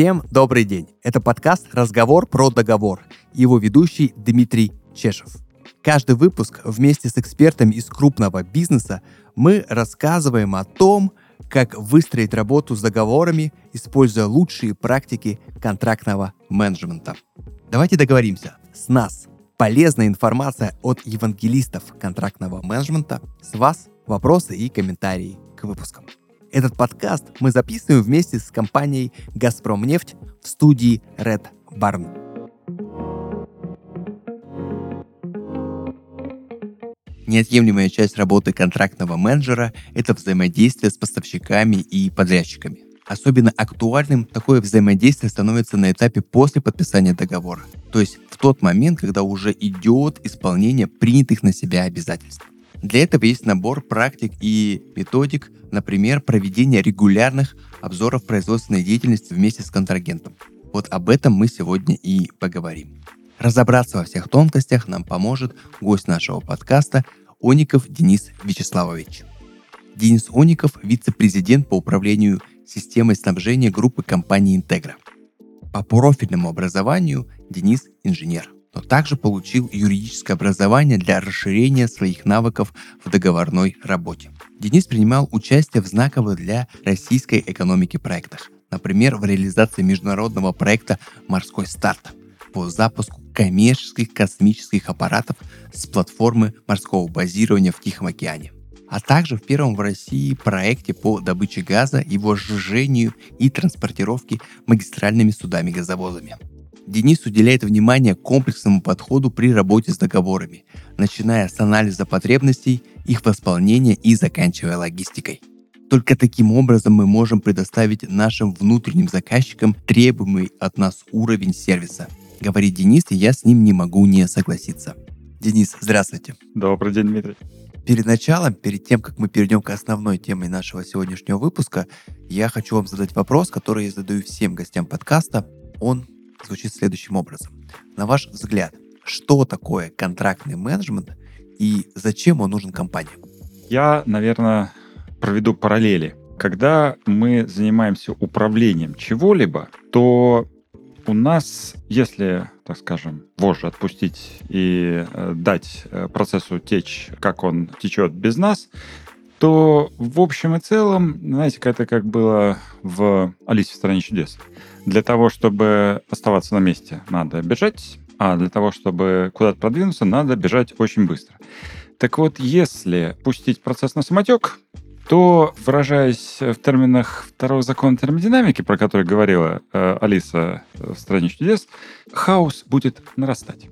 Всем добрый день. Это подкаст «Разговор про договор» и его ведущий Дмитрий Чешев. Каждый выпуск вместе с экспертами из крупного бизнеса мы рассказываем о том, как выстроить работу с договорами, используя лучшие практики контрактного менеджмента. Давайте договоримся. С нас полезная информация от евангелистов контрактного менеджмента. С вас вопросы и комментарии к выпускам. Этот подкаст мы записываем вместе с компанией «Газпромнефть» в студии Red Barn. Неотъемлемая часть работы контрактного менеджера – это взаимодействие с поставщиками и подрядчиками. Особенно актуальным такое взаимодействие становится на этапе после подписания договора, то есть в тот момент, когда уже идет исполнение принятых на себя обязательств. Для этого есть набор практик и методик, например, проведение регулярных обзоров производственной деятельности вместе с контрагентом. Вот об этом мы сегодня и поговорим. Разобраться во всех тонкостях нам поможет гость нашего подкаста Оников Денис Вячеславович. Денис Оников – вице-президент по управлению системой снабжения группы компании «Интегра». По профильному образованию Денис – инженер, но также получил юридическое образование для расширения своих навыков в договорной работе. Денис принимал участие в знаковых для российской экономики проектах, например, в реализации международного проекта «Морской старт» по запуску коммерческих космических аппаратов с платформы морского базирования в Тихом океане, а также в первом в России проекте по добыче газа, его сжижению и транспортировке магистральными судами-газовозами. Денис уделяет внимание комплексному подходу при работе с договорами, начиная с анализа потребностей, их восполнения и заканчивая логистикой. Только таким образом мы можем предоставить нашим внутренним заказчикам требуемый от нас уровень сервиса. Говорит Денис, и я с ним не могу не согласиться. Денис, здравствуйте. Добрый день, Дмитрий. Перед началом, перед тем, как мы перейдем к основной теме нашего сегодняшнего выпуска, я хочу вам задать вопрос, который я задаю всем гостям подкаста. Он звучит следующим образом. На ваш взгляд, что такое контрактный менеджмент и зачем он нужен компании? Я, наверное, проведу параллели. Когда мы занимаемся управлением чего-либо, то у нас, если, так скажем, вожжи отпустить и дать процессу течь, как он течет без нас, то в общем и целом, знаете, это как было в «Алисе в стране чудес». Для того, чтобы оставаться на месте, надо бежать, а для того, чтобы куда-то продвинуться, надо бежать очень быстро. Так вот, если пустить процесс на самотек, то, выражаясь в терминах второго закона термодинамики, про который говорила Алиса в «Стране чудес», хаос будет нарастать.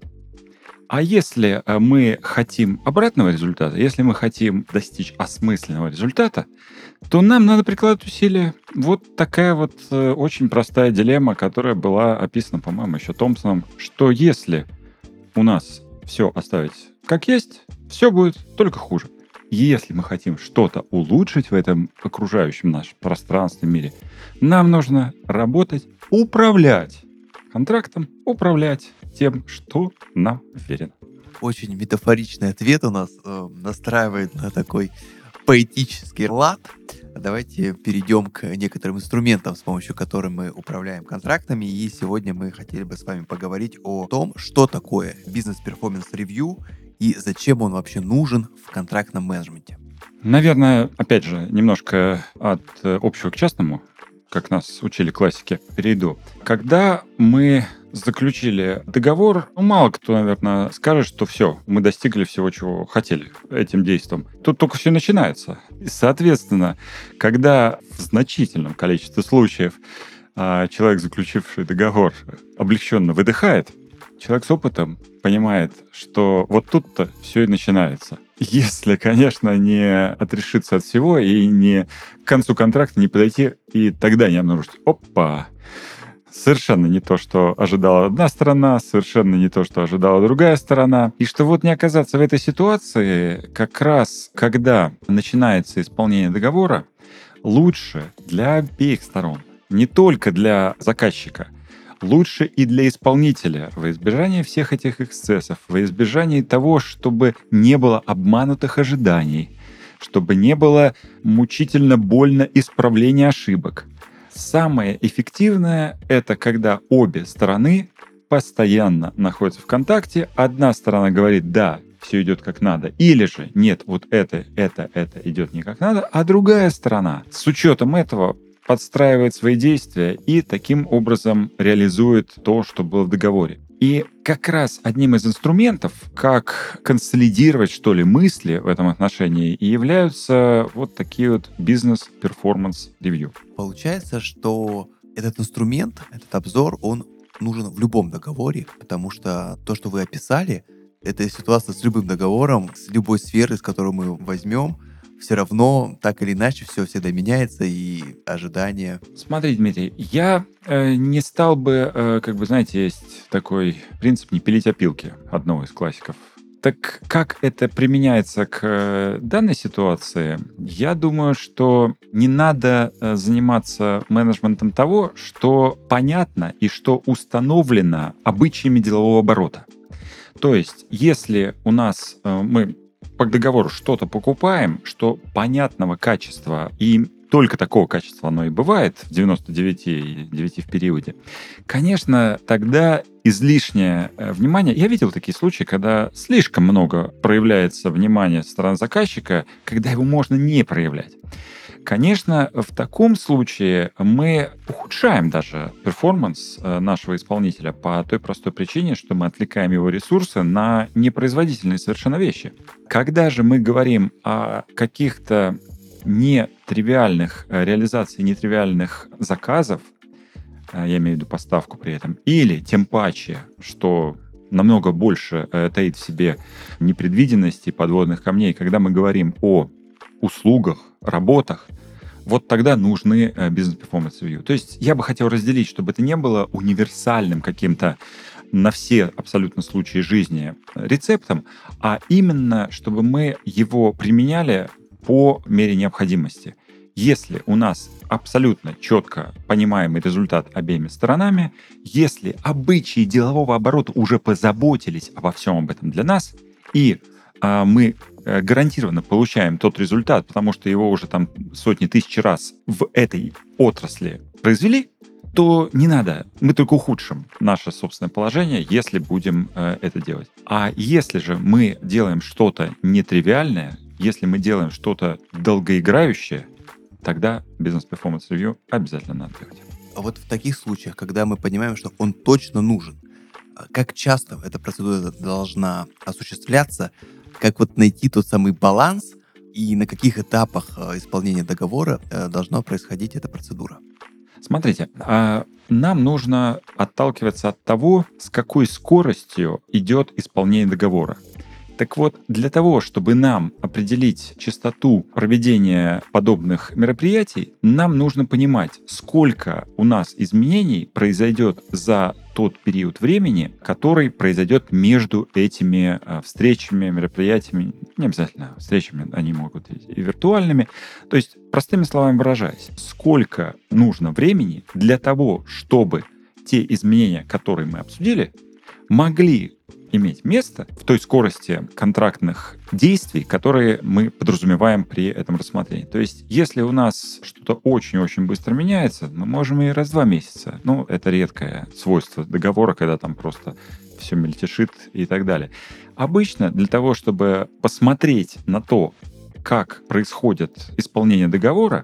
А если мы хотим обратного результата, если мы хотим достичь осмысленного результата, то нам надо прикладывать усилия. Вот такая вот очень простая дилемма, которая была описана, по-моему, еще Томпсоном, что если у нас все оставить как есть, все будет только хуже. Если мы хотим что-то улучшить в этом окружающем нашем пространственном мире, нам нужно работать, управлять контрактом, управлять тем, что нам верено. Очень метафоричный ответ у нас настраивает на такой поэтический лад. Давайте перейдем к некоторым инструментам, с помощью которых мы управляем контрактами. И сегодня мы хотели бы с вами поговорить о том, что такое бизнес-перформанс-ревью и зачем он вообще нужен в контрактном менеджменте. Наверное, опять же, немножко от общего к частному, как нас учили классики, перейду. Когда мы заключили договор, мало кто, наверное, скажет, что все, мы достигли всего, чего хотели этим действием. Тут только все начинается. И, соответственно, когда в значительном количестве случаев человек, заключивший договор, облегченно выдыхает, человек с опытом понимает, что вот тут-то все и начинается. Если, конечно, не отрешиться от всего и не к концу контракта не подойти и тогда не обнаружить, опа, совершенно не то, что ожидала одна сторона, совершенно не то, что ожидала другая сторона. И что вот не оказаться в этой ситуации, как раз когда начинается исполнение договора, лучше для обеих сторон, не только для заказчика, лучше и для исполнителя, во избежание всех этих эксцессов, во избежание того, чтобы не было обманутых ожиданий, чтобы не было мучительно больно исправления ошибок. Самое эффективное — это когда обе стороны постоянно находятся в контакте. Одна сторона говорит: да, все идет как надо, или же нет, вот это идет не как надо, а другая сторона с учетом этого подстраивает свои действия и таким образом реализует то, что было в договоре. И как раз одним из инструментов, как консолидировать, что ли, мысли в этом отношении, и являются вот такие вот бизнес-перформанс-ревью. Получается, что этот инструмент, этот обзор, он нужен в любом договоре, потому что то, что вы описали, это ситуация с любым договором, с любой сферы, с которой мы возьмем, все равно так или иначе все всегда меняется, и ожидания. Смотри, Дмитрий, я не стал бы, знаете, есть такой принцип «не пилить опилки», одного из классиков. Так как это применяется к данной ситуации, я думаю, что не надо заниматься менеджментом того, что понятно и что установлено обычаями делового оборота. То есть, если у нас мы по договору что-то покупаем, что понятного качества, и только такого качества оно и бывает в 99,9 в периоде, конечно, тогда излишнее внимание... Я видел такие случаи, когда слишком много проявляется внимания со стороны заказчика, когда его можно не проявлять. Конечно, в таком случае мы ухудшаем даже перформанс нашего исполнителя по той простой причине, что мы отвлекаем его ресурсы на непроизводительные совершенно вещи. Когда же мы говорим о каких-то нетривиальных реализации нетривиальных заказов, я имею в виду поставку при этом, или тем паче, что намного больше таит в себе непредвиденности, подводных камней, когда мы говорим о услугах, работах, вот тогда нужны бизнес-перформанс ревью. То есть я бы хотел разделить, чтобы это не было универсальным каким-то на все абсолютно случаи жизни рецептом, а именно, чтобы мы его применяли по мере необходимости. Если у нас абсолютно четко понимаемый результат обеими сторонами, если обычаи делового оборота уже позаботились обо всем об этом для нас, и мы гарантированно получаем тот результат, потому что его уже там сотни тысяч раз в этой отрасли произвели, то не надо. Мы только ухудшим наше собственное положение, если будем это делать. А если же мы делаем что-то нетривиальное, если мы делаем что-то долгоиграющее, тогда бизнес-перформанс ревью обязательно надо делать. А вот в таких случаях, когда мы понимаем, что он точно нужен, как часто эта процедура должна осуществляться, как вот найти тот самый баланс и на каких этапах исполнения договора должна происходить эта процедура? Смотрите, нам нужно отталкиваться от того, с какой скоростью идет исполнение договора. Так вот, для того, чтобы нам определить частоту проведения подобных мероприятий, нам нужно понимать, сколько у нас изменений произойдет за тот период времени, который произойдет между этими встречами, мероприятиями. Не обязательно встречами, они могут быть и виртуальными. То есть, простыми словами выражаясь, сколько нужно времени для того, чтобы те изменения, которые мы обсудили, могли иметь место в той скорости контрактных действий, которые мы подразумеваем при этом рассмотрении. То есть, если у нас что-то очень-очень быстро меняется, мы можем и раз в 2 месяца. Ну, это редкое свойство договора, когда там просто все мельтешит и так далее. Обычно для того, чтобы посмотреть на то, как происходит исполнение договора,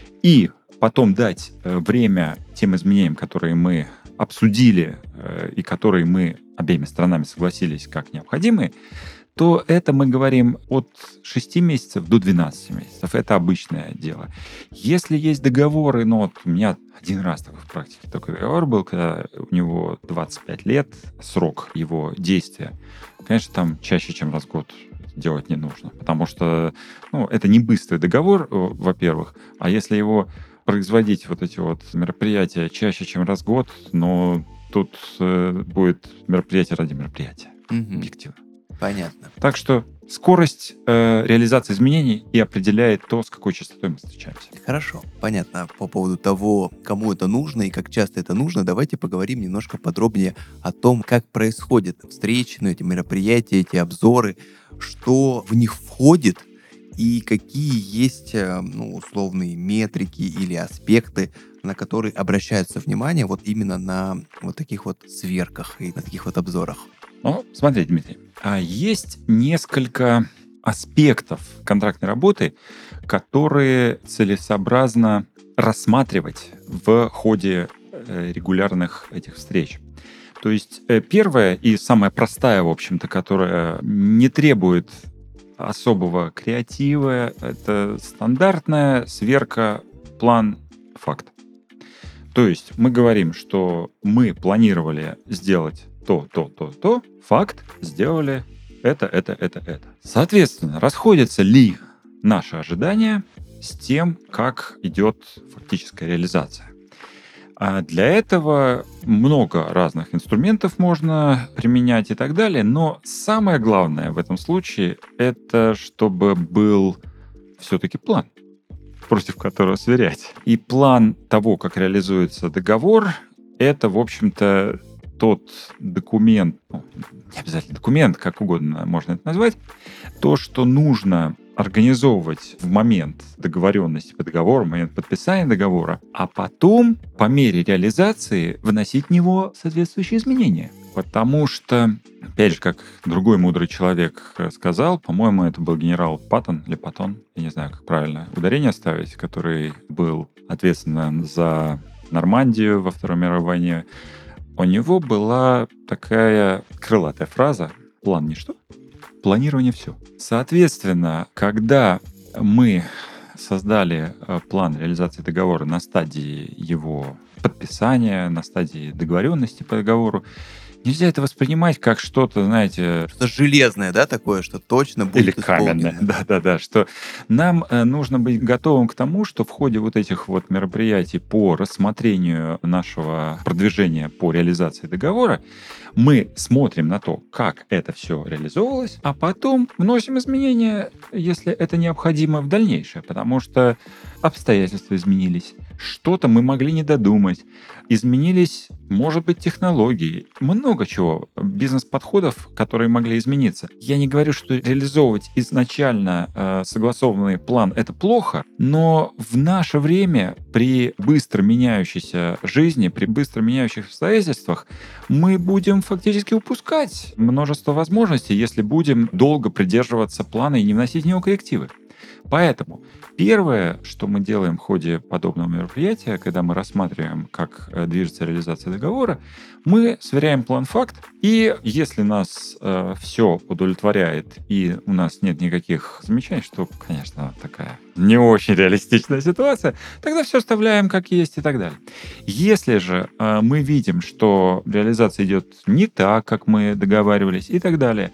и потом дать время тем изменениям, которые мы обсудили и которые мы обеими сторонами согласились как необходимые, то это мы говорим от 6 месяцев до 12 месяцев. Это обычное дело. Если есть договоры, ну вот у меня один раз такой в практике такой договор был, когда у него 25 лет срок его действия, конечно, там чаще, чем раз в год делать не нужно, потому что это не быстрый договор, во-первых, а если его производить вот эти вот мероприятия чаще, чем раз в год, но тут будет мероприятие ради мероприятия. Объективно. Понятно. Так что скорость реализации изменений и определяет то, с какой частотой мы встречаемся. Хорошо, понятно. По поводу того, кому это нужно и как часто это нужно, давайте поговорим немножко подробнее о том, как происходят встречи, эти мероприятия, эти обзоры, что в них входит И какие есть, условные метрики или аспекты, на которые обращается внимание вот именно на вот таких вот сверках и на таких вот обзорах? Ну, смотри, Дмитрий, есть несколько аспектов контрактной работы, которые целесообразно рассматривать в ходе регулярных этих встреч. То есть первая и самая простая, в общем-то, которая не требует особого креатива, это стандартная сверка, план, факт. То есть мы говорим, что мы планировали сделать то, факт, сделали это. Соответственно, расходятся ли наши ожидания с тем, как идет фактическая реализация? А для этого много разных инструментов можно применять и так далее, но самое главное в этом случае это чтобы был все-таки план, против которого сверять. И план того, как реализуется договор, это, в общем-то, тот документ, не обязательно документ, как угодно можно это назвать, то, что нужно организовывать в момент договоренности по договору, в момент подписания договора, а потом по мере реализации вносить в него соответствующие изменения. Потому что, опять же, как другой мудрый человек сказал, по-моему, это был генерал Паттон или Паттон, я не знаю, как правильно ударение ставить, который был ответственен за Нормандию во Второй мировой войне. У него была такая крылатая фраза: «План ничто, планирование все». Соответственно, когда мы создали план реализации договора на стадии его подписания, на стадии договоренности по договору, нельзя это воспринимать как что-то, знаете... Что железное, да, такое, что точно Или будет каменное, исполнено? да-да-да, что нам нужно быть готовым к тому, что в ходе вот этих вот мероприятий по рассмотрению нашего продвижения по реализации договора мы смотрим на то, как это все реализовывалось, а потом вносим изменения, если это необходимо в дальнейшее, потому что обстоятельства изменились, что-то мы могли не додумать, изменились, может быть, технологии, много чего, бизнес-подходов, которые могли измениться. Я не говорю, что реализовывать изначально согласованный план — это плохо, но в наше время при быстро меняющейся жизни, при быстро меняющихся обстоятельствах мы будем фактически упускать множество возможностей, если будем долго придерживаться плана и не вносить в него коррективы. Поэтому первое, что мы делаем в ходе подобного мероприятия, когда мы рассматриваем, как движется реализация договора, мы сверяем план-факт, и если нас все удовлетворяет и у нас нет никаких замечаний, что, конечно, такая не очень реалистичная ситуация, тогда все оставляем как есть и так далее. Если же мы видим, что реализация идет не так, как мы договаривались и так далее,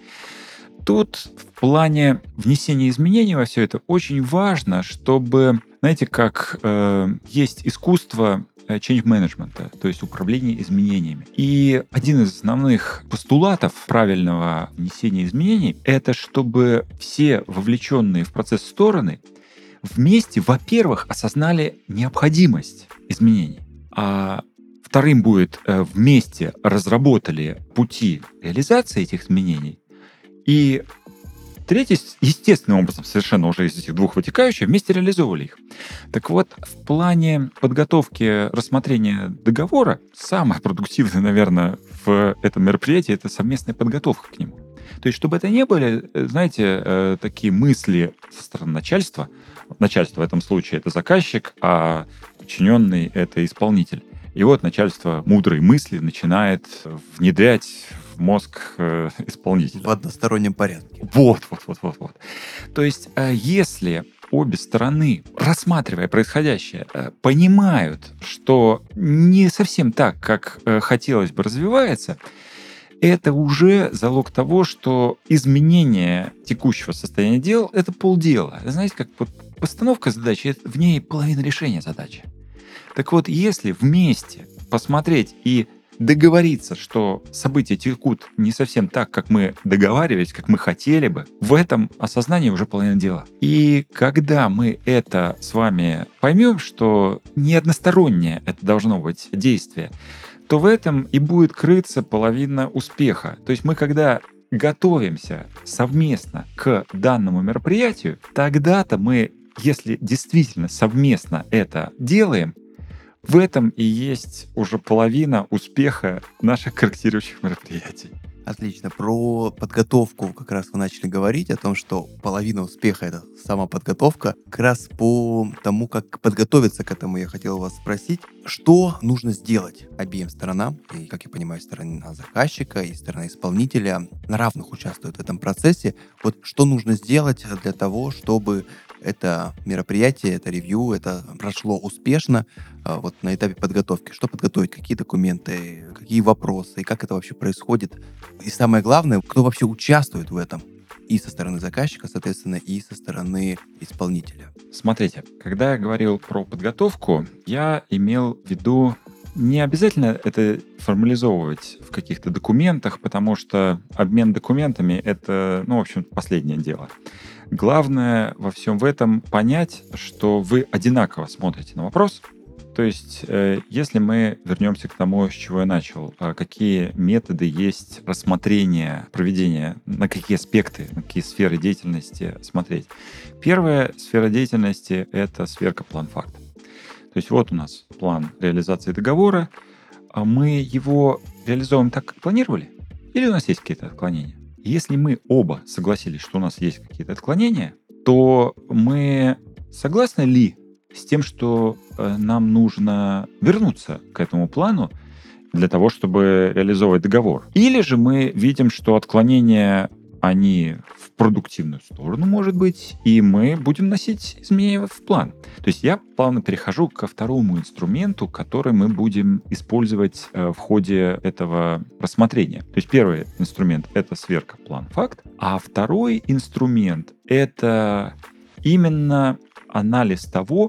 тут в плане внесения изменений во все это очень важно, чтобы, знаете, как есть искусство change management, то есть управление изменениями. И один из основных постулатов правильного внесения изменений — это чтобы все вовлеченные в процесс стороны вместе, во-первых, осознали необходимость изменений, а вторым будет вместе разработали пути реализации этих изменений, и третий, естественным образом, совершенно уже из этих двух вытекающих, вместе реализовывали их. Так вот, в плане подготовки рассмотрения договора, самое продуктивное, наверное, в этом мероприятии — это совместная подготовка к нему. То есть, чтобы это не были, знаете, такие мысли со стороны начальства. Начальство в этом случае — это заказчик, а подчиненный — это исполнитель. И вот начальство мудрые мысли начинает внедрять в мозг исполнителя. В одностороннем порядке. Вот. То есть, если обе стороны, рассматривая происходящее, понимают, что не совсем так, как хотелось бы, развивается, это уже залог того, что изменение текущего состояния дел — это полдела. Знаете, как вот постановка задачи, в ней половина решения задачи. Так вот, если вместе посмотреть и договориться, что события текут не совсем так, как мы договаривались, как мы хотели бы, в этом осознании уже половина дела. И когда мы это с вами поймем, что не одностороннее это должно быть действие, то в этом и будет крыться половина успеха. То есть мы, когда готовимся совместно к данному мероприятию, тогда-то мы, если действительно совместно это делаем, в этом и есть уже половина успеха наших корректирующих мероприятий. Отлично. Про подготовку как раз вы начали говорить, о том, что половина успеха — это сама подготовка. Как раз по тому, как подготовиться к этому, я хотел вас спросить, что нужно сделать обеим сторонам, и, как я понимаю, сторона заказчика и сторона исполнителя на равных участвуют в этом процессе. Вот что нужно сделать для того, чтобы это мероприятие, это ревью, это прошло успешно вот на этапе подготовки? Что подготовить? Какие документы? Какие вопросы? И как это вообще происходит? И самое главное, кто вообще участвует в этом? И со стороны заказчика, соответственно, и со стороны исполнителя. Смотрите, когда я говорил про подготовку, я имел в виду не обязательно это формализовывать в каких-то документах, потому что обмен документами — это, в общем, последнее дело. Главное во всем в этом понять, что вы одинаково смотрите на вопрос. То есть, если мы вернемся к тому, с чего я начал, какие методы есть рассмотрения, проведения, на какие аспекты, на какие сферы деятельности смотреть. Первая сфера деятельности — это сверка план-факт. То есть вот у нас план реализации договора, а мы его реализовываем так, как планировали, или у нас есть какие-то отклонения? Если мы оба согласились, что у нас есть какие-то отклонения, то мы согласны ли с тем, что нам нужно вернуться к этому плану для того, чтобы реализовывать договор? Или же мы видим, что отклонения, они в продуктивную сторону, может быть, и мы будем вносить изменения в план. То есть я плавно перехожу ко второму инструменту, который мы будем использовать в ходе этого рассмотрения. То есть первый инструмент — это сверка план-факт, а второй инструмент — это именно анализ того,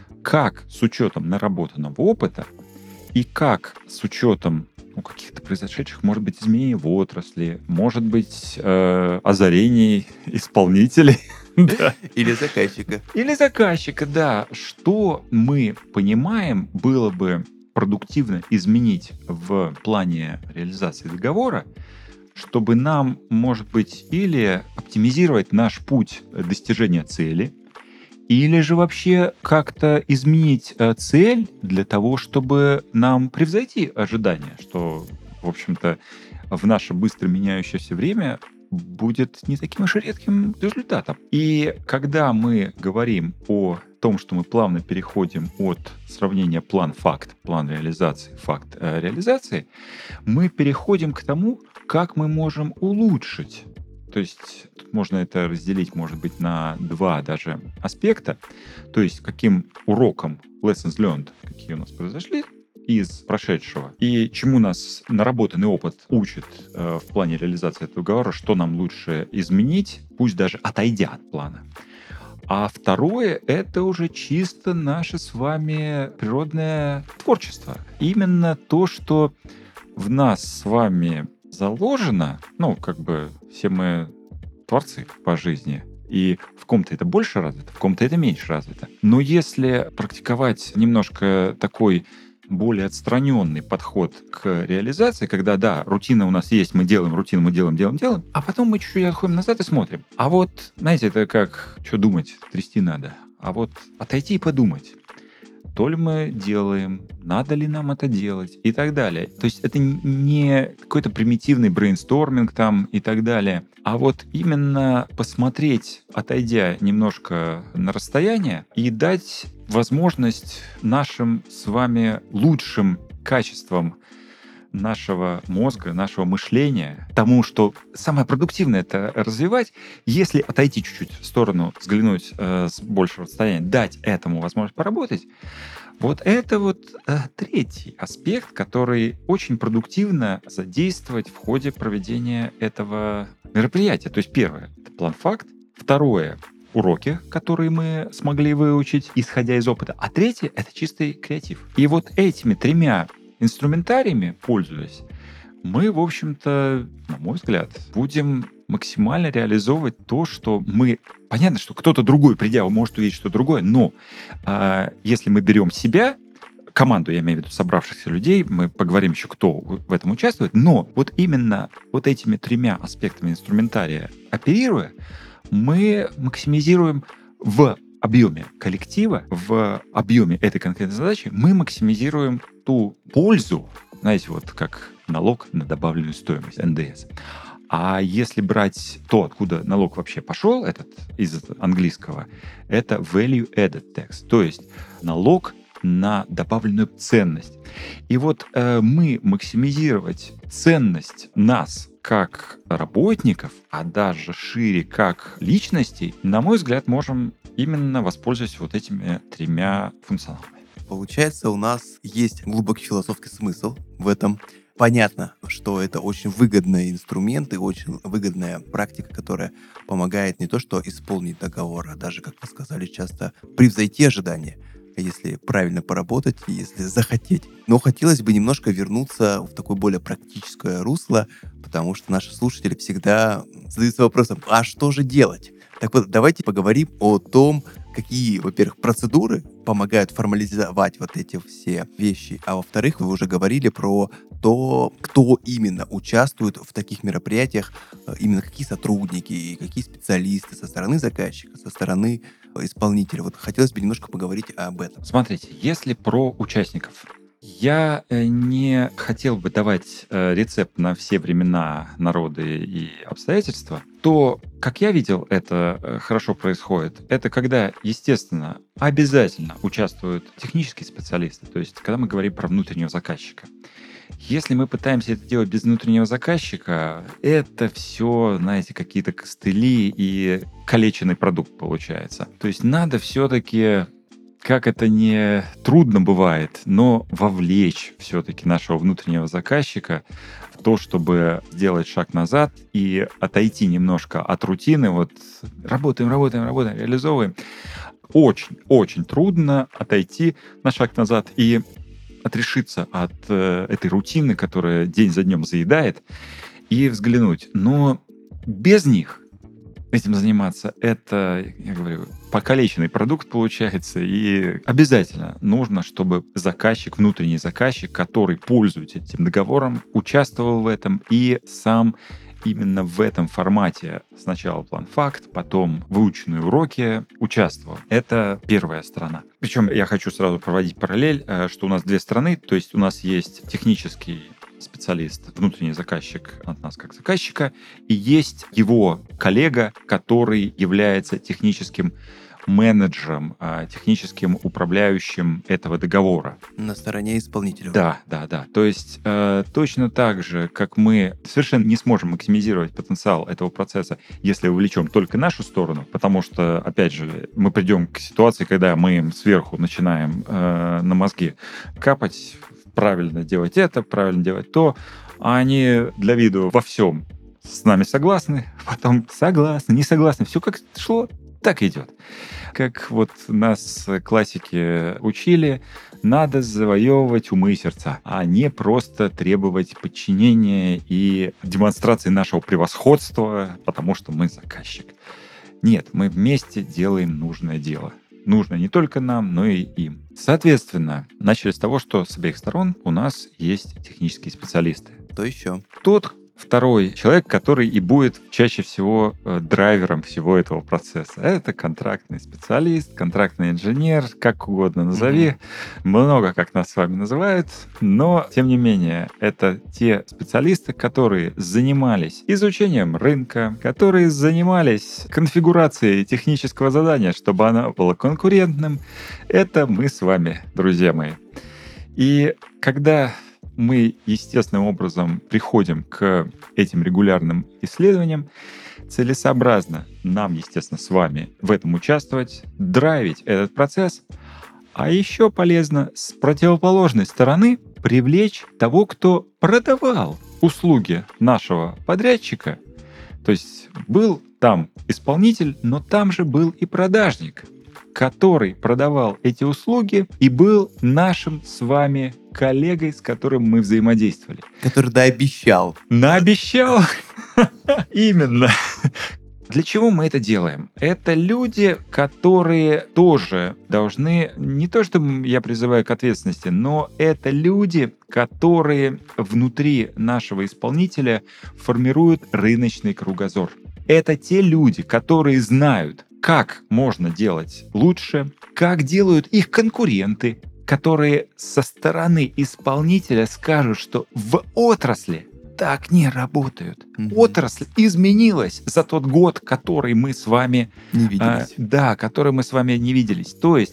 как с учетом наработанного опыта и как с учетом каких-то произошедших, может быть, изменений в отрасли, может быть, озарений исполнителей. Или заказчика. Или заказчика, да. Что мы понимаем, было бы продуктивно изменить в плане реализации договора, чтобы нам, может быть, или оптимизировать наш путь достижения цели, или же вообще как-то изменить цель для того, чтобы нам превзойти ожидания, что, в общем-то, в наше быстро меняющееся время будет не таким уж и редким результатом. И когда мы говорим о том, что мы плавно переходим от сравнения план-факт, план реализации, факт реализации, мы переходим к тому, как мы можем улучшить. То есть тут можно это разделить, может быть, на два даже аспекта. То есть каким уроком lessons learned, какие у нас произошли из прошедшего, и чему нас наработанный опыт учит в плане реализации этого договора, что нам лучше изменить, пусть даже отойдя от плана. А второе — это уже чисто наше с вами природное творчество. Именно то, что в нас с вами заложено, все мы творцы по жизни, и в ком-то это больше развито, в ком-то это меньше развито. Но если практиковать немножко такой более отстраненный подход к реализации, когда, да, рутина у нас есть, мы делаем рутину, мы делаем, а потом мы чуть-чуть отходим назад и смотрим. А вот, знаете, это как, что думать, трясти надо. А вот отойти и подумать. То ли мы делаем, надо ли нам это делать и так далее. То есть это не какой-то примитивный брейнсторминг там и так далее, а вот именно посмотреть, отойдя немножко на расстояние, и дать возможность нашим с вами лучшим качествам нашего мозга, нашего мышления, тому, что самое продуктивное — это развивать, если отойти чуть-чуть в сторону, взглянуть с большего расстояния, дать этому возможность поработать, вот это третий аспект, который очень продуктивно задействовать в ходе проведения этого мероприятия. То есть первое — это план-факт, второе — уроки, которые мы смогли выучить, исходя из опыта, а третье — это чистый креатив. И вот этими тремя инструментариями, пользуясь, мы, в общем-то, на мой взгляд, будем максимально реализовывать то, что мы... Понятно, что кто-то другой, придя, может увидеть что-то другое, но если мы берем себя команду, я имею в виду собравшихся людей, мы поговорим еще, кто в этом участвует, но вот именно вот этими тремя аспектами инструментария оперируя, мы максимизируем в объеме коллектива, в объеме этой конкретной задачи, мы максимизируем ту пользу, знаете, вот как налог на добавленную стоимость, НДС. А если брать то, откуда налог вообще пошел, этот из английского, это value added tax, то есть налог на добавленную ценность. И вот мы максимизировать ценность нас как работников, а даже шире как личностей, на мой взгляд, можем именно воспользоваться вот этими тремя функционалами. Получается, у нас есть глубокий философский смысл в этом. Понятно, что это очень выгодный инструмент и очень выгодная практика, которая помогает не то что исполнить договор, а даже, как вы сказали, часто превзойти ожидания, если правильно поработать и если захотеть. Но хотелось бы немножко вернуться в такое более практическое русло, потому что наши слушатели всегда задаются вопросом, а что же делать? Так вот, давайте поговорим о том, какие, во-первых, процедуры помогают формализовать вот эти все вещи, а во-вторых, вы уже говорили про то, кто именно участвует в таких мероприятиях, именно какие сотрудники и какие специалисты со стороны заказчика, со стороны исполнителя. Вот хотелось бы немножко поговорить об этом. Смотрите, если про участников, я не хотел бы давать рецепт на все времена, народы и обстоятельства, то, как я видел, это хорошо происходит. Это когда, естественно, обязательно участвуют технические специалисты, то есть когда мы говорим про внутреннего заказчика. Если мы пытаемся это делать без внутреннего заказчика, это все, знаете, какие-то костыли и калеченный продукт получается. То есть надо все-таки, как это не трудно бывает, но вовлечь все-таки нашего внутреннего заказчика в то, чтобы сделать шаг назад и отойти немножко от рутины. Вот работаем, реализовываем. Очень трудно отойти на шаг назад и отрешиться от этой рутины, которая день за днем заедает, и взглянуть. Но без них этим заниматься, это, я говорю, покалеченный продукт получается, и обязательно нужно, чтобы заказчик, внутренний заказчик, который пользуется этим договором, участвовал в этом и сам именно в этом формате сначала план-факт, потом выученные уроки участвовал. Это первая сторона. Причем я хочу сразу проводить параллель, что у нас две стороны, то есть у нас есть технический специалист, внутренний заказчик от нас как заказчика, и есть его коллега, который является техническим менеджером, техническим управляющим этого договора. На стороне исполнителя. Да. То есть точно так же, как мы совершенно не сможем максимизировать потенциал этого процесса, если вовлечем только нашу сторону, потому что, опять же, мы придем к ситуации, когда мы им сверху начинаем на мозги капать, правильно делать это, правильно делать то, а они для виду во всем с нами согласны, потом согласны, не согласны, все как шло, так идет. Как вот нас классики учили, надо завоевывать умы и сердца, а не просто требовать подчинения и демонстрации нашего превосходства, потому что мы заказчик. Нет, мы вместе делаем нужное дело. Нужно не только нам, но и им. Соответственно, начали с того, что с обеих сторон у нас есть технические специалисты. Кто еще? Тот второй человек, который и будет чаще всего драйвером всего этого процесса. Это контрактный специалист, контрактный инженер, как угодно назови. Много как нас с вами называют. Но, тем не менее, это те специалисты, которые занимались изучением рынка, которые занимались конфигурацией технического задания, чтобы оно было конкурентным. Это мы с вами, друзья мои. И когда мы естественным образом приходим к этим регулярным исследованиям, целесообразно нам, естественно, с вами в этом участвовать, драйвить этот процесс, а еще полезно с противоположной стороны привлечь того, кто продавал услуги нашего подрядчика. То есть был там исполнитель, но там же был и продажник, который продавал эти услуги и был нашим с вами коллегой, с которым мы взаимодействовали. Который наобещал. Наобещал? Именно. Для чего мы это делаем? Это люди, которые тоже должны, не то чтобы я призываю к ответственности, но это люди, которые внутри нашего исполнителя формируют рыночный кругозор. Это те люди, которые знают, как можно делать лучше, как делают их конкуренты, которые со стороны исполнителя скажут, что в отрасли так не работают. Отрасль изменилась за тот год, который мы с вами Не виделись. который мы с вами не виделись. То есть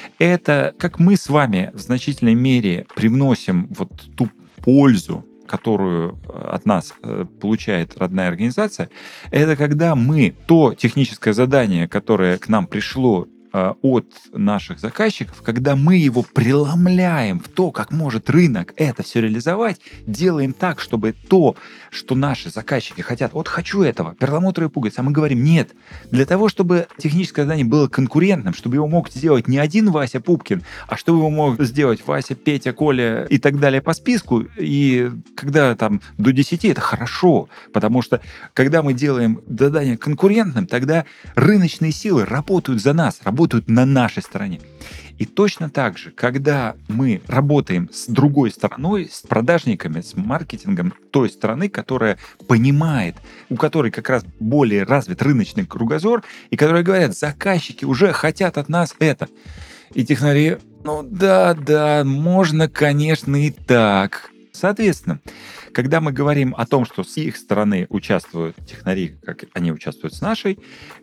это как мы с вами в значительной мере привносим вот ту пользу, которую от нас получает родная организация, это когда мы то техническое задание, которое к нам пришло от наших заказчиков, когда мы его преломляем в то, как может рынок это все реализовать, делаем так, чтобы то, что наши заказчики хотят, вот хочу этого, перламутровые пуговицы, а мы говорим, нет, для того, чтобы техническое задание было конкурентным, чтобы его мог сделать не один Вася Пупкин, а чтобы его мог сделать Вася, Петя, Коля и так далее по списку, и когда там до 10, это хорошо, потому что когда мы делаем задание конкурентным, тогда рыночные силы работают за нас, работают на нашей стороне. И точно так же, когда мы работаем с другой стороной, с продажниками, с маркетингом той стороны, которая понимает, у которой как раз более развит рыночный кругозор, и которые говорят, заказчики уже хотят от нас это. И технари, ну да, можно, конечно, и так. Соответственно, когда мы говорим о том, что с их стороны участвуют технари, как они участвуют с нашей,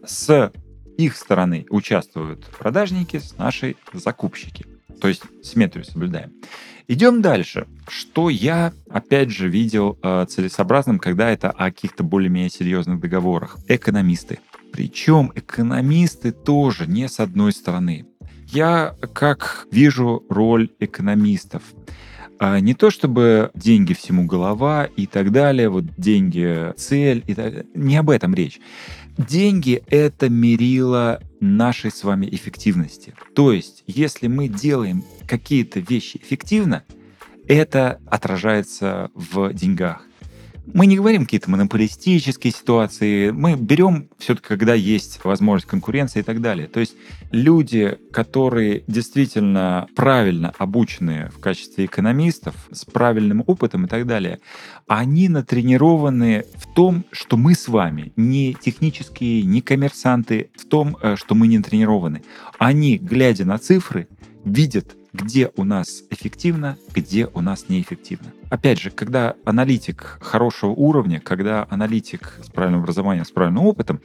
с их стороны участвуют продажники, с нашей закупщики. То есть симметрию соблюдаем. Идем дальше. Что я, опять же, видел целесообразным, когда это о каких-то более-менее серьезных договорах. Экономисты. Причем экономисты тоже не с одной стороны. Я как вижу роль экономистов. Не то чтобы деньги всему голова и так далее, вот деньги цель, и так далее. Не об этом речь. Деньги — это мерило нашей с вами эффективности. То есть, если мы делаем какие-то вещи эффективно, это отражается в деньгах. Мы не говорим какие-то монополистические ситуации, мы берем все-таки, когда есть возможность конкуренции и так далее. То есть люди, которые действительно правильно обучены в качестве экономистов, с правильным опытом и так далее, они натренированы в том, что мы с вами не технические, не коммерсанты, в том, что мы не тренированы. Они, глядя на цифры, видят, где у нас эффективно, где у нас неэффективно. Опять же, когда аналитик хорошего уровня, когда аналитик с правильным образованием, с правильным опытом,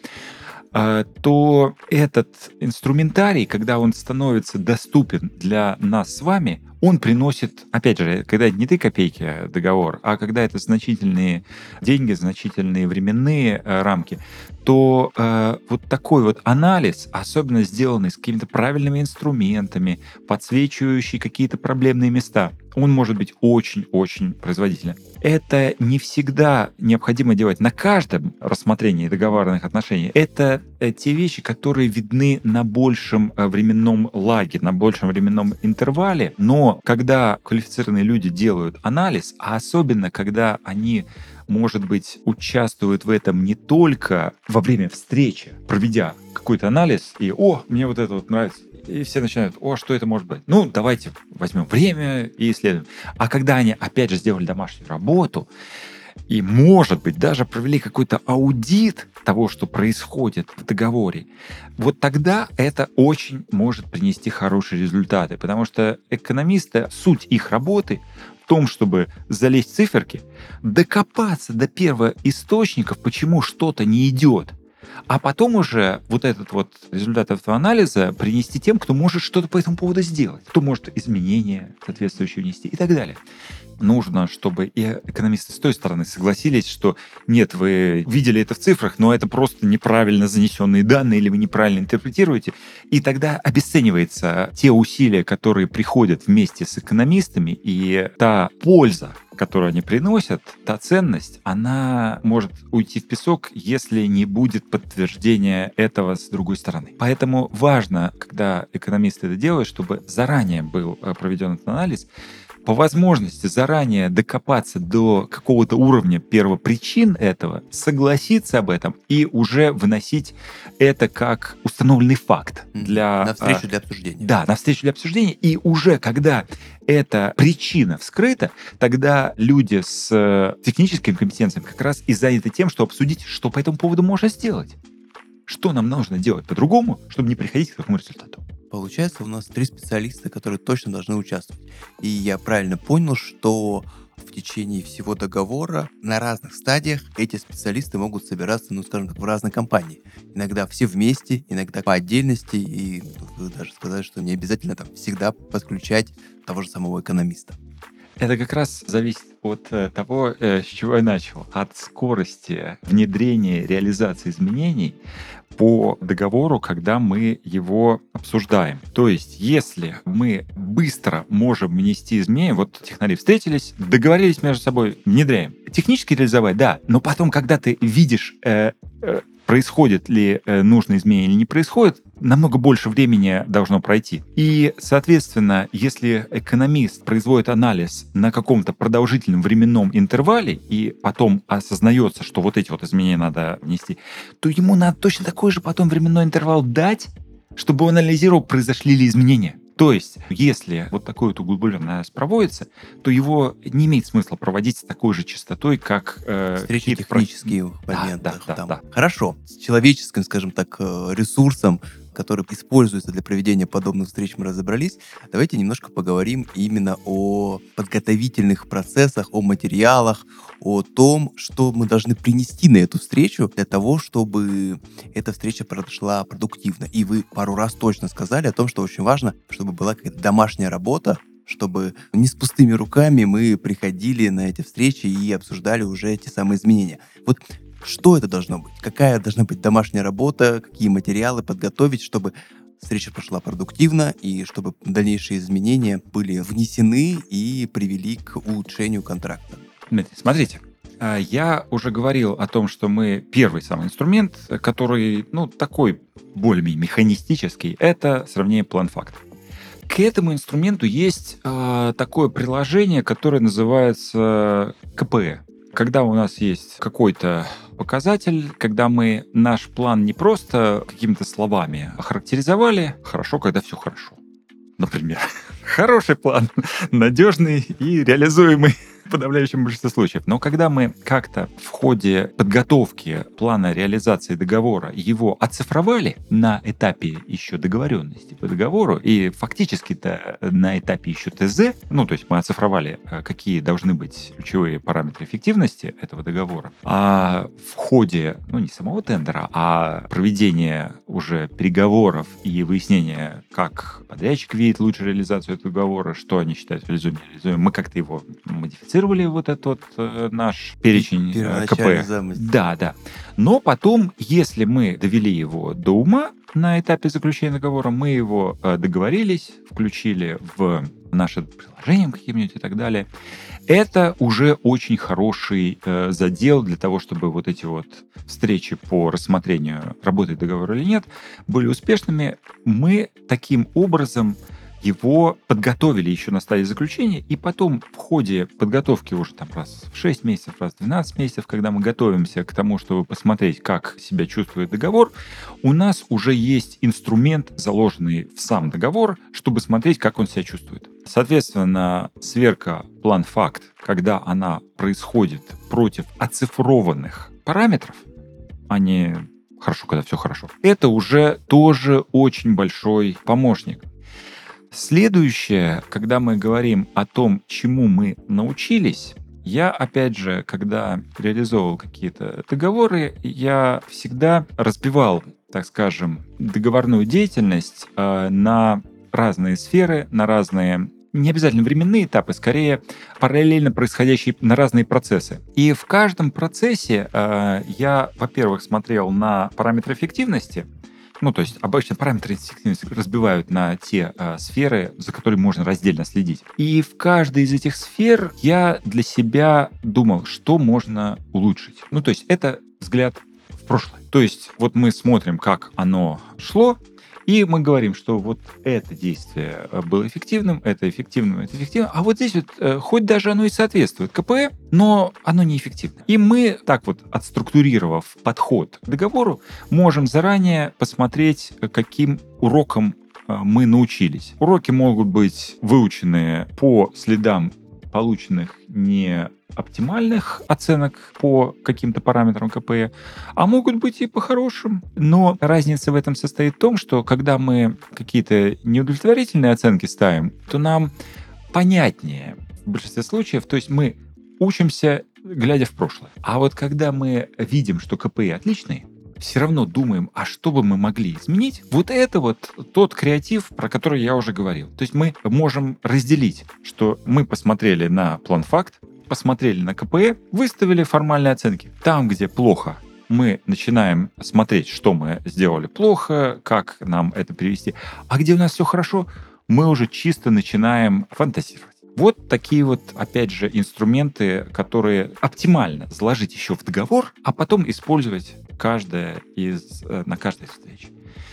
то этот инструментарий, когда он становится доступен для нас с вами, он приносит, опять же, когда не 3 копейки договор, а когда это значительные деньги, значительные временные рамки, то вот такой вот анализ, особенно сделанный с какими-то правильными инструментами, подсвечивающий какие-то проблемные места, он может быть очень-очень производительным. Это не всегда необходимо делать на каждом рассмотрении договорных отношений. Это те вещи, которые видны на большем временном лаге, на большем временном интервале. Но когда квалифицированные люди делают анализ, а особенно когда они, может быть, участвуют в этом не только во время встречи, проведя какой-то анализ, и мне вот это вот нравится, и все начинают, что это может быть? Ну, давайте возьмем время и исследуем. А когда они, опять же, сделали домашнюю работу, и, может быть, даже провели какой-то аудит того, что происходит в договоре, вот тогда это очень может принести хорошие результаты, потому что экономисты, суть их работы в том, чтобы залезть в циферки, докопаться до первоисточников, почему что-то не идет, а потом уже вот этот вот результат этого анализа принести тем, кто может что-то по этому поводу сделать, кто может изменения соответствующие внести и так далее. Нужно, чтобы и экономисты с той стороны согласились, что нет, вы видели это в цифрах, но это просто неправильно занесенные данные или вы неправильно интерпретируете, и тогда обесцениваются те усилия, которые приходят вместе с экономистами, и та польза, которую они приносят, та ценность, она может уйти в песок, если не будет подтверждения этого с другой стороны. Поэтому важно, когда экономисты это делают, чтобы заранее был проведен этот анализ, по возможности заранее докопаться до какого-то уровня первопричин этого, согласиться об этом и уже выносить это как установленный факт для... На встречу для обсуждения. Да, на встречу для обсуждения. И уже когда эта причина вскрыта, тогда люди с техническими компетенциями как раз и заняты тем, что обсудить, что по этому поводу можно сделать. Что нам нужно делать по-другому, чтобы не приходить к такому результату. Получается, у нас 3 специалиста, которые точно должны участвовать. И я правильно понял, что в течение всего договора на разных стадиях эти специалисты могут собираться, скажем так, в разной компании. Иногда все вместе, иногда по отдельности. И тут вы даже сказали, что не обязательно там всегда подключать того же самого экономиста. Это как раз зависит от того, с чего я начал. От скорости внедрения, реализации изменений по договору, когда мы его обсуждаем. То есть, если мы быстро можем внести изменения, вот технари встретились, договорились между собой, внедряем. Технически реализовать, да, но потом, когда ты видишь, происходит ли нужное изменение или не происходит, намного больше времени должно пройти. И, соответственно, если экономист производит анализ на каком-то продолжительном временном интервале и потом осознается, что вот эти вот изменения надо внести, то ему надо точно такой же потом временной интервал дать, чтобы он анализировал, произошли ли изменения. То есть, если вот такой вот углубленный анализ проводится, то его не имеет смысла проводить с такой же частотой, как... встречи технические в моментах. Да. Хорошо. С человеческим, скажем так, ресурсом, который используется для проведения подобных встреч, мы разобрались. Давайте немножко поговорим именно о подготовительных процессах, о материалах, о том, что мы должны принести на эту встречу для того, чтобы эта встреча прошла продуктивно. И вы пару раз точно сказали о том, что очень важно, чтобы была какая-то домашняя работа, чтобы не с пустыми руками мы приходили на эти встречи и обсуждали уже эти самые изменения. Вот что это должно быть? Какая должна быть домашняя работа? Какие материалы подготовить, чтобы встреча прошла продуктивно и чтобы дальнейшие изменения были внесены и привели к улучшению контракта? Смотрите, я уже говорил о том, что мы первый самый инструмент, который, такой более-менее механистический, это сравнение план-факт. К этому инструменту есть такое приложение, которое называется КПЭ. Когда у нас есть какой-то показатель, когда мы наш план не просто какими-то словами охарактеризовали, хорошо, когда все хорошо. Например, хороший план, надежный и реализуемый в подавляющем большинстве случаев. Но когда мы как-то в ходе подготовки плана реализации договора его оцифровали на этапе еще договоренности по договору и фактически-то на этапе еще ТЗ, то есть мы оцифровали, какие должны быть ключевые параметры эффективности этого договора, а в ходе, не самого тендера, а проведения уже переговоров и выяснения, как подрядчик видит лучшую реализацию этого договора, что они считают реализуемым, мы как-то его модифицировали, вот этот наш перечень КП. Да. Но потом, если мы довели его до ума на этапе заключения договора, мы его договорились, включили в наше приложение каким-нибудь и так далее, это уже очень хороший задел для того, чтобы вот эти вот встречи по рассмотрению, работает договор или нет, были успешными. Мы таким образом его подготовили еще на стадии заключения, и потом в ходе подготовки уже там раз в 6 месяцев, раз в 12 месяцев, когда мы готовимся к тому, чтобы посмотреть, как себя чувствует договор, у нас уже есть инструмент, заложенный в сам договор, чтобы смотреть, как он себя чувствует. Соответственно, сверка план-факт, когда она происходит против оцифрованных параметров, а не хорошо, когда все хорошо, это уже тоже очень большой помощник. Следующее, когда мы говорим о том, чему мы научились, я, опять же, когда реализовывал какие-то договоры, я всегда разбивал, так скажем, договорную деятельность на разные сферы, на разные, не обязательно временные этапы, скорее параллельно происходящие на разные процессы. И в каждом процессе я, во-первых, смотрел на параметры эффективности. То есть обычно параметры эффективности разбивают на те сферы, за которыми можно раздельно следить. И в каждой из этих сфер я для себя думал, что можно улучшить. То есть это взгляд в прошлое. То есть вот мы смотрим, как оно шло, И мы говорим, что вот это действие было эффективным, это эффективным, это эффективным, а вот здесь вот, хоть даже оно и соответствует КП, но оно неэффективно. И мы, так вот отструктурировав подход к договору, можем заранее посмотреть, каким уроком мы научились. Уроки могут быть выучены по следам полученных не оптимальных оценок по каким-то параметрам КП, а могут быть и по хорошим. Но разница в этом состоит в том, что когда мы какие-то неудовлетворительные оценки ставим, то нам понятнее в большинстве случаев, то есть мы учимся, глядя в прошлое. А вот когда мы видим, что КПИ отличные, все равно думаем, а что бы мы могли изменить? Вот это вот тот креатив, про который я уже говорил. То есть мы можем разделить, что мы посмотрели на план-факт, посмотрели на КПЭ, выставили формальные оценки. Там, где плохо, мы начинаем смотреть, что мы сделали плохо, как нам это перевести. А где у нас все хорошо, мы уже чисто начинаем фантазировать. Вот такие вот, опять же, инструменты, которые оптимально заложить еще в договор, а потом использовать на каждой встрече.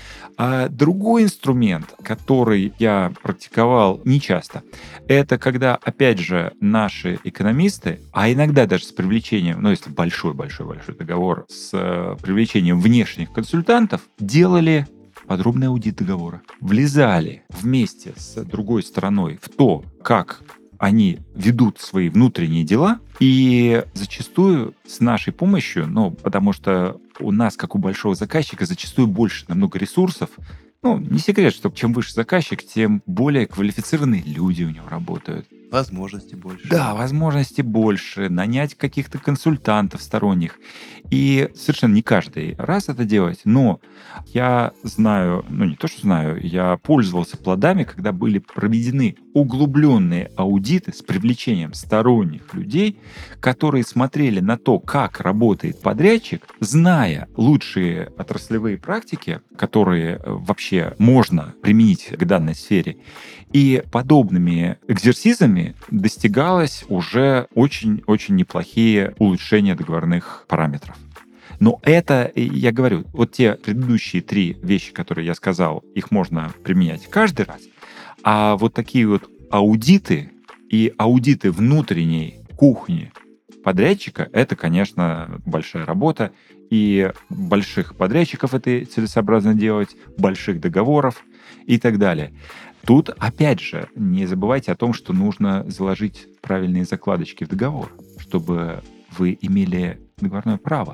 А другой инструмент, который я практиковал нечасто, это когда, опять же, наши экономисты, а иногда даже с привлечением, ну, если большой-большой-большой договор, с привлечением внешних консультантов, делали подробный аудит договора. Влезали вместе с другой стороной в то, как они ведут свои внутренние дела, и зачастую с нашей помощью, потому что у нас, как у большого заказчика, зачастую больше намного ресурсов. Не секрет, что чем выше заказчик, тем более квалифицированные люди у него работают. Возможностей больше. Да, возможностей больше, нанять каких-то консультантов сторонних. И совершенно не каждый раз это делать, но я знаю, не то что знаю, я пользовался плодами, когда были проведены углубленные аудиты с привлечением сторонних людей, которые смотрели на то, как работает подрядчик, зная лучшие отраслевые практики, которые вообще можно применить к данной сфере. И подобными экзерсизами достигалось уже очень-очень неплохие улучшения договорных параметров. Но это, я говорю, вот те предыдущие 3 вещи, которые я сказал, их можно применять каждый раз. А вот такие вот аудиты и аудиты внутренней кухни подрядчика, это, конечно, большая работа. И больших подрядчиков это целесообразно делать, больших договоров и так далее. Тут, опять же, не забывайте о том, что нужно заложить правильные закладочки в договор, чтобы вы имели договорное право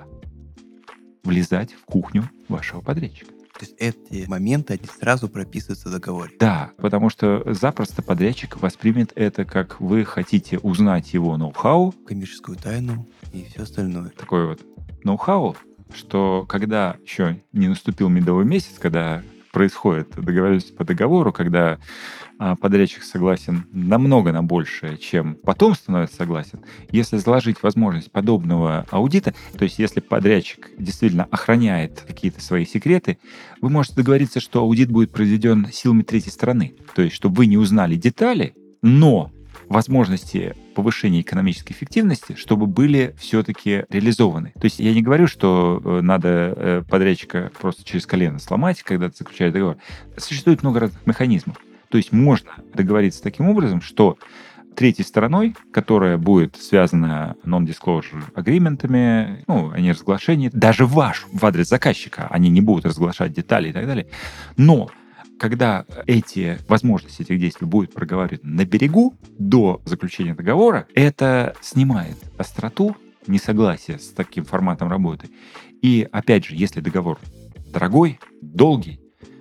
влезать в кухню вашего подрядчика. То есть эти моменты, они сразу прописываются в договоре. Да, потому что запросто подрядчик воспримет это, как вы хотите узнать его ноу-хау. Коммерческую тайну и все остальное. Такое вот ноу-хау, что когда еще не наступил медовый месяц, когда происходит договоренность по договору, когда подрядчик согласен намного на большее, чем потом становится согласен. Если заложить возможность подобного аудита, то есть если подрядчик действительно охраняет какие-то свои секреты, вы можете договориться, что аудит будет произведен силами третьей стороны. То есть чтобы вы не узнали детали, но возможности повышения экономической эффективности, чтобы были все-таки реализованы. То есть я не говорю, что надо подрядчика просто через колено сломать, когда ты заключаешь договор. Существует много разных механизмов. То есть можно договориться таким образом, что третьей стороной, которая будет связана non-disclosure агриментами, о неразглашении, даже в адрес заказчика, они не будут разглашать детали и так далее, но когда эти возможности этих действий будут проговаривать на берегу до заключения договора, это снимает остроту, несогласие с таким форматом работы. И опять же, если договор дорогой, долгий,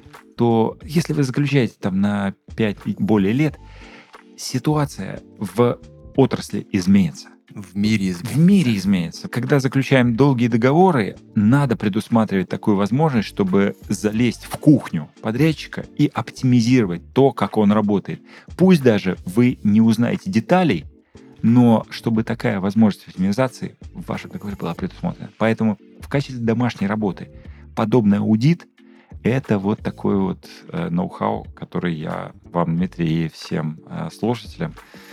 то если вы заключаете там на 5 и более лет, ситуация в отрасли изменится. В мире изменится. В мире изменится. Когда заключаем долгие договоры, надо предусматривать такую возможность, чтобы залезть в кухню подрядчика и оптимизировать то, как он работает. Пусть даже вы не узнаете деталей, но чтобы такая возможность оптимизации в вашем договоре была предусмотрена. Поэтому в качестве домашней работы подобный аудит — это вот такой вот ноу-хау, который я вам, Дмитрий, и всем слушателям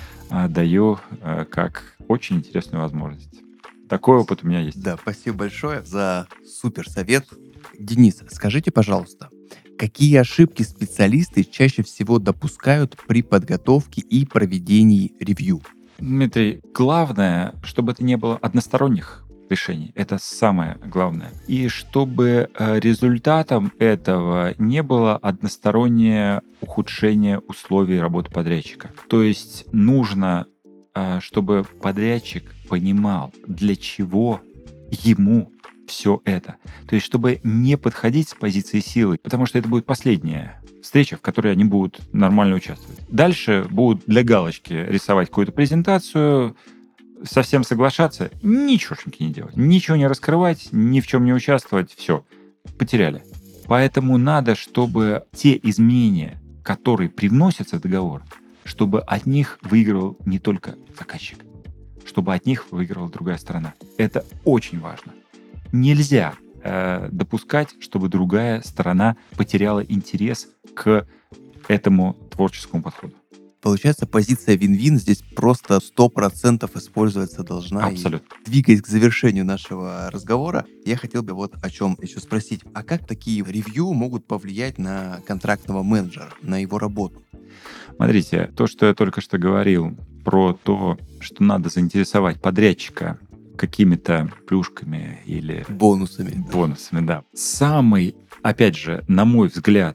даю как очень интересную возможность. Такой опыт у меня есть. Да, спасибо большое за супер совет. Денис, скажите, пожалуйста, Какие ошибки специалисты чаще всего допускают при подготовке и проведении ревью? Дмитрий, главное, чтобы это не было односторонних решений. Это самое главное. И чтобы результатом этого не было одностороннее ухудшение условий работы подрядчика. То есть нужно, чтобы подрядчик понимал, для чего ему все это. То есть чтобы не подходить с позиции силы, потому что это будет последняя встреча, в которой они будут нормально участвовать. Дальше будут для галочки рисовать какую-то презентацию, совсем соглашаться, ничегошеньки не делать, ничего не раскрывать, ни в чем не участвовать, все, потеряли. Поэтому надо, чтобы те изменения, которые привносятся в договор, чтобы от них выигрывал не только заказчик, чтобы от них выигрывала другая сторона. Это очень важно. Нельзя допускать, чтобы другая сторона потеряла интерес к этому творческому подходу. Получается, позиция вин-вин здесь просто 100% использоваться должна. Абсолютно. И двигаясь к завершению нашего разговора, я хотел бы вот о чем еще спросить. А как такие ревью могут повлиять на контрактного менеджера, на его работу? Смотрите, то, что я только что говорил про то, что надо заинтересовать подрядчика какими-то плюшками или бонусами, да. Самый, опять же, на мой взгляд,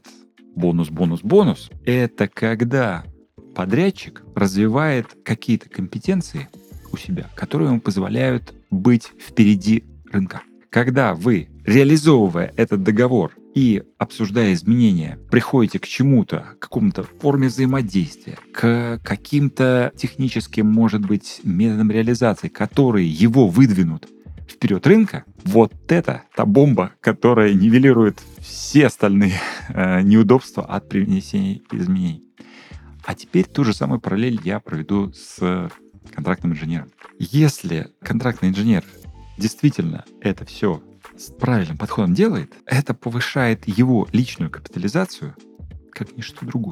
бонус, это когда подрядчик развивает какие-то компетенции у себя, которые ему позволяют быть впереди рынка. Когда вы, реализовывая этот договор и обсуждая изменения, приходите к чему-то, к какому-то форме взаимодействия, к каким-то техническим, может быть, методам реализации, которые его выдвинут вперед рынка, вот это та бомба, которая нивелирует все остальные неудобства от принесения изменений. А теперь ту же самую параллель я проведу с контрактным инженером. Если контрактный инженер действительно это все с правильным подходом делает, это повышает его личную капитализацию как ничто другое.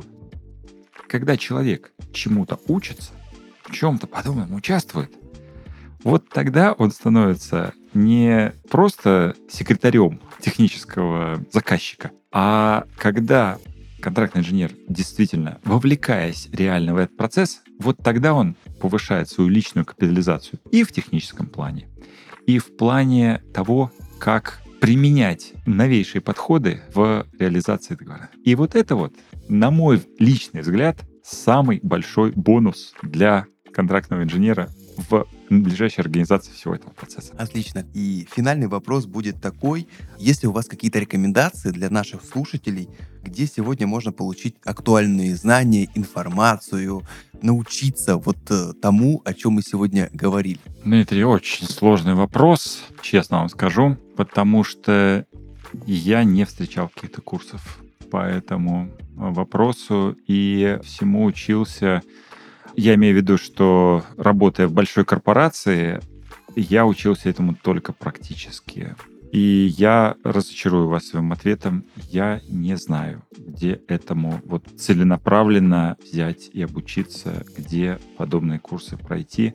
Когда человек чему-то учится, в чем-то подобном участвует, вот тогда он становится не просто секретарем технического заказчика, а когда контрактный инженер действительно, вовлекаясь реально в этот процесс, вот тогда он повышает свою личную капитализацию и в техническом плане, и в плане того, как применять новейшие подходы в реализации договора. И вот это вот, на мой личный взгляд, самый большой бонус для контрактного инженера в ближайшей организации всего этого процесса. Отлично. И финальный вопрос будет такой. Есть ли у вас какие-то рекомендации для наших слушателей, где сегодня можно получить актуальные знания, информацию, научиться вот тому, о чем мы сегодня говорили? Дмитрий, очень сложный вопрос, честно вам скажу, потому что я не встречал каких-то курсов по этому вопросу и всему учился. Я имею в виду, что работая в большой корпорации, я учился этому только практически. И я разочарую вас своим ответом. Я не знаю, где этому вот целенаправленно взять и обучиться, где подобные курсы пройти.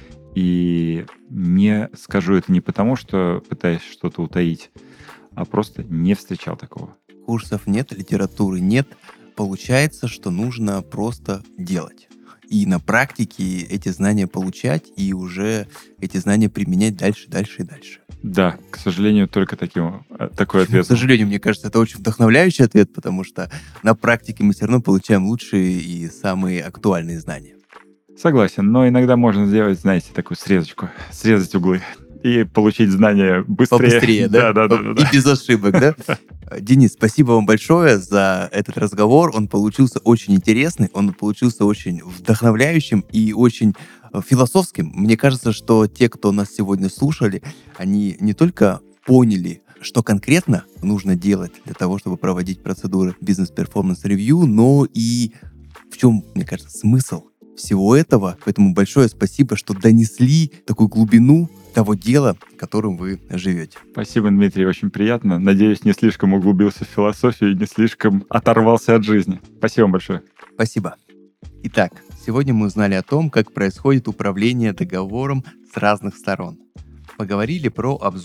И не скажу это не потому, что пытаюсь что-то утаить, а просто не встречал такого. Курсов нет, литературы нет. Получается, что нужно просто делать. И на практике эти знания получать, и уже эти знания применять дальше. Да, к сожалению, только такой ответ. К сожалению, мне кажется, это очень вдохновляющий ответ, потому что на практике мы все равно получаем лучшие и самые актуальные знания. Согласен, но иногда можно сделать, знаете, такую срезочку, срезать углы и получить знания быстрее. Побыстрее, да? Да. И без ошибок, да? Денис, спасибо вам большое за этот разговор. Он получился очень интересный, он получился очень вдохновляющим и очень философским. Мне кажется, что те, кто нас сегодня слушали, они не только поняли, что конкретно нужно делать для того, чтобы проводить процедуры бизнес-перформанс-ревью, но и в чем, мне кажется, смысл всего этого. Поэтому большое спасибо, что донесли такую глубину того дела, которым вы живете. Спасибо, Дмитрий, очень приятно. Надеюсь, не слишком углубился в философию и не слишком оторвался от жизни. Спасибо вам большое. Спасибо. Итак, сегодня мы узнали о том, как происходит управление договором с разных сторон. Поговорили про обзор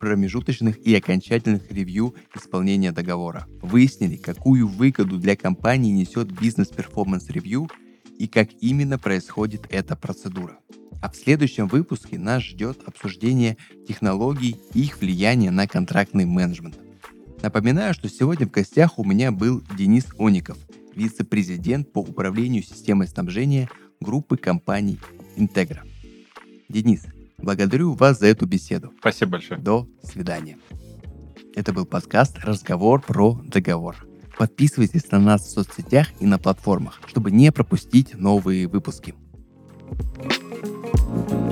промежуточных и окончательных ревью исполнения договора. Выяснили, какую выгоду для компании несет бизнес-перформанс-ревью и как именно происходит эта процедура. А в следующем выпуске нас ждет обсуждение технологий и их влияния на контрактный менеджмент. Напоминаю, что сегодня в гостях у меня был Денис Оников, вице-президент по управлению системой снабжения группы компаний Integra. Денис, благодарю вас за эту беседу. Спасибо большое. До свидания. Это был подкаст «Разговор про договор». Подписывайтесь на нас в соцсетях и на платформах, чтобы не пропустить новые выпуски.